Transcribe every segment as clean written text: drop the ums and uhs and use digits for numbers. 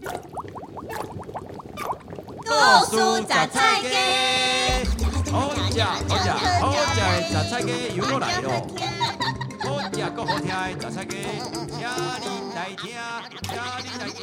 故事杂菜鸡， 好食的杂菜鸡又来咯！好食阁好听的杂菜鸡，请你来听，请你来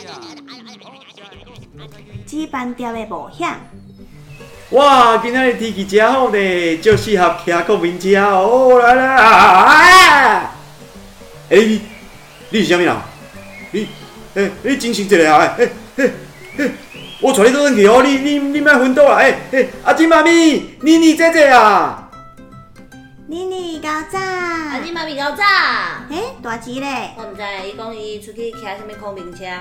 听。 纸板条的冒险。 哇，今仔日天气真好呢，就适合骑国民车哦！来来啊！你是啥物人？你精神一下啊！我带你倒转去哦，你莫昏倒啦！阿金妈咪，妮姐姐啊！ 妮高早。 阿金妈咪高早。 大吉咧！ 我毋知，伊讲伊出去骑啥物空明车。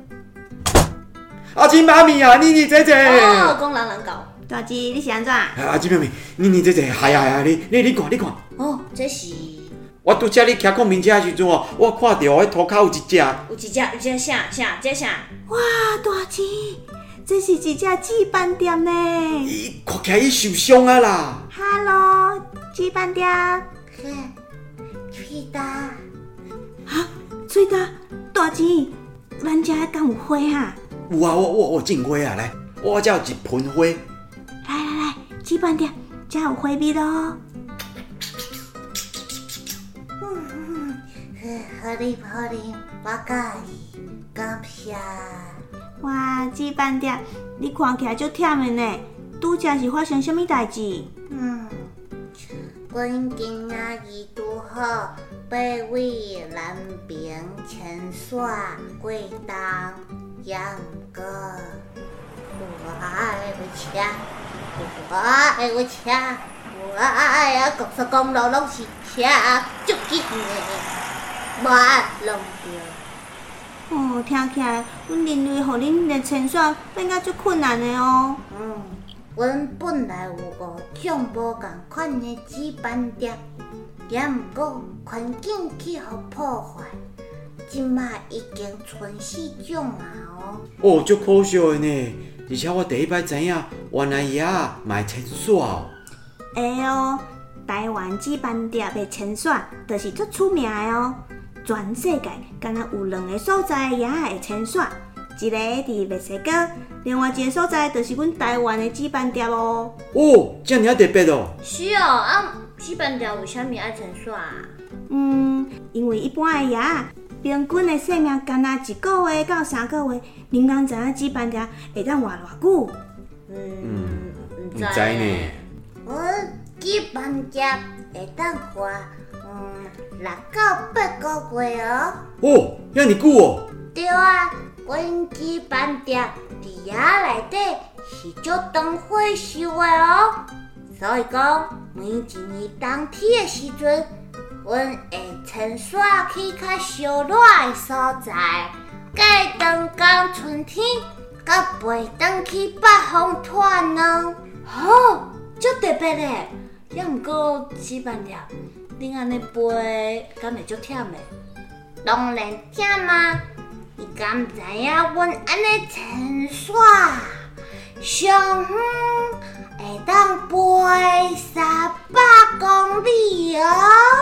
阿金妈咪啊，妮姐姐。 哦，讲人搞。 大吉，你是安怎？ 阿金妈咪，妮姐姐，系啊，你看。 哦，这是。 我拄则你骑空明车的时阵哦，我看到迄涂骹有一只。 有一只啥？这啥？ 哇，大吉，这是一只纸板条呢。 伊看起来伊受伤啊啦。 Hello， 纸板条。 喙焦。 哈，喙焦，大吉，咱遮敢有花哈？ 有啊，我种花啊，来，我遮有一盆花。 来，纸板条，遮有花蜜咯。 好啉，我介意，感谢。 哇，纸板条，你看起来足忝的呢，拄则是发生什么代志？ 阮今仔日拄好要为南边牵线过冬，也毋过我的车，高速公路拢是车足紧的，无弄着。 哦，听起来，阮认为互恁的牵线变甲足困难的哦。 阮本来有5种无共款的纸板条，也毋过环境气候破坏，即卖已经剩4种啊哦，足可惜的呢，而且我第一摆知影，原来爷嘛会牵线哦。 会哦，台湾纸板条的牵线就是足出名的哦。全世界敢若有2个所在也会牵线，一个伫墨西哥，另外一个所在就是阮台湾的纸板条哦。 哦，这尔特别哦。 是哦，纸板条为虾米爱牵线啊？ 因为一般的鸭平均的寿命敢若1个月到3个月，恁敢知影纸板条会当活偌久？ 唔知呢。 阮纸板条会当活6到8个月哦。 哦，遐尼久哦。 对啊，阮纸板条伫遐内底是足长火烧的哦，所以讲每一年冬天的时阵，阮会牵线去较烧热的所在，过长工春天，甲飞转去北方团哦。足特别的，也毋过纸板条，恁安尼飞，敢会足忝的？当然忝啊！你敢知影阮安尼牵线，上远会当飞300公里哦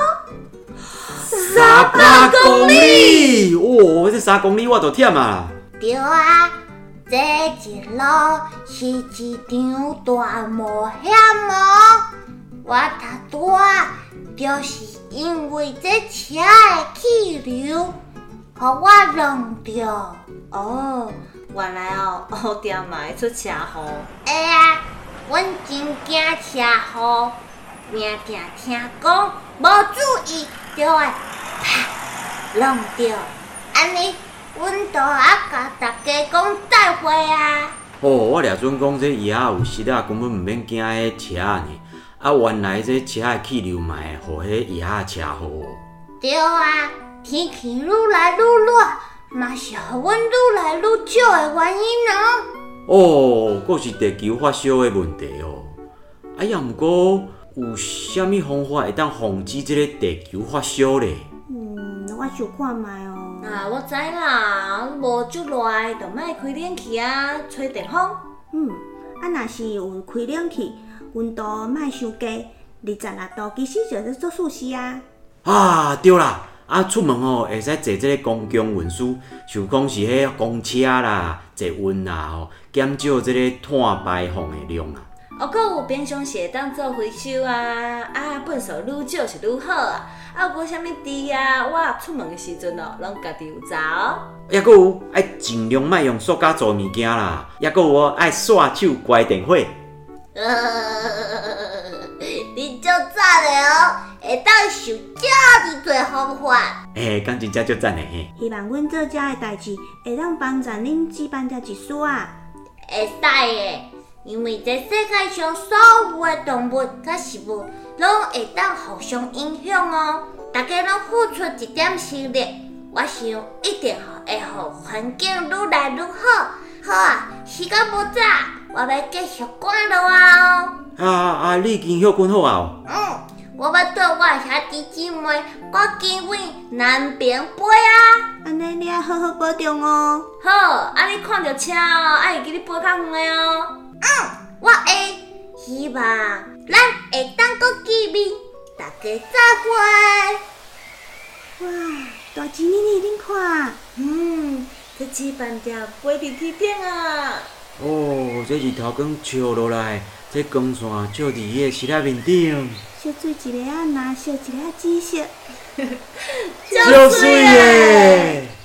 ！300公里！哦，这3公里我就忝啊！ 对啊，这一路是一场大冒险哦！我拄啊，就是因为这车的气流，互我弄着。原来学店嘛会出车祸。阮真惊车祸，定听讲无注意就会啪弄着。安尼，阮就甲大家讲再会啊！ 我掠准讲这爷有实啊，根本毋免惊迄车呢。原来这车的气流嘛会互迄爷车祸。 对啊，天气愈来愈热，嘛是互阮愈来愈少的原因哦。 佫是地球发烧的问题哦。也毋过有啥物方法会当防止这个地球发烧咧？ 我想看卖哦。 我知啦，无足热，就莫开冷气啊，吹电风。 若是有开冷气，温度莫伤低，26度其实就是足舒适啊。 对啦， 啊，出门吼会使坐这个公共运输，像讲是迄公车啦、坐运啦吼，减少这个碳排放的量啊。 搁有平常时会当做回收啊，粪扫愈少是愈好啊。无啥物猪啊，我出门的时阵哦，拢家己有查哦。 抑搁有爱尽量莫用塑胶做物件啦，抑搁有哦爱刷手关电火。 你足赞的哦，会当想遮尔多方法。 敢真正足赞的嘿。 希望阮做遮的代志会当帮助恁姊班爹一丝啊。 会使的，因为这世界上所有的动物甲食物，拢会当互相影响哦。大家拢付出一点心力，我想一定会互环境愈来愈好。好啊，时间无早，我要继续赶路啊哦。 你已经休困好啊？ 我要带我兄弟姊妹赶紧往南边飞啊！ 安尼你要好好保重哦。 好，你看到车哦，会记你飞较远的哦。 我会，希望咱会当搁见面，大家再哇，大钱呢？恁看。 这鸡班爹飞伫天顶啊！ 这日头光照落来，这光线照伫伊的膝仔面顶， 小水一个啊蓝，小一个啊紫色。 足水的。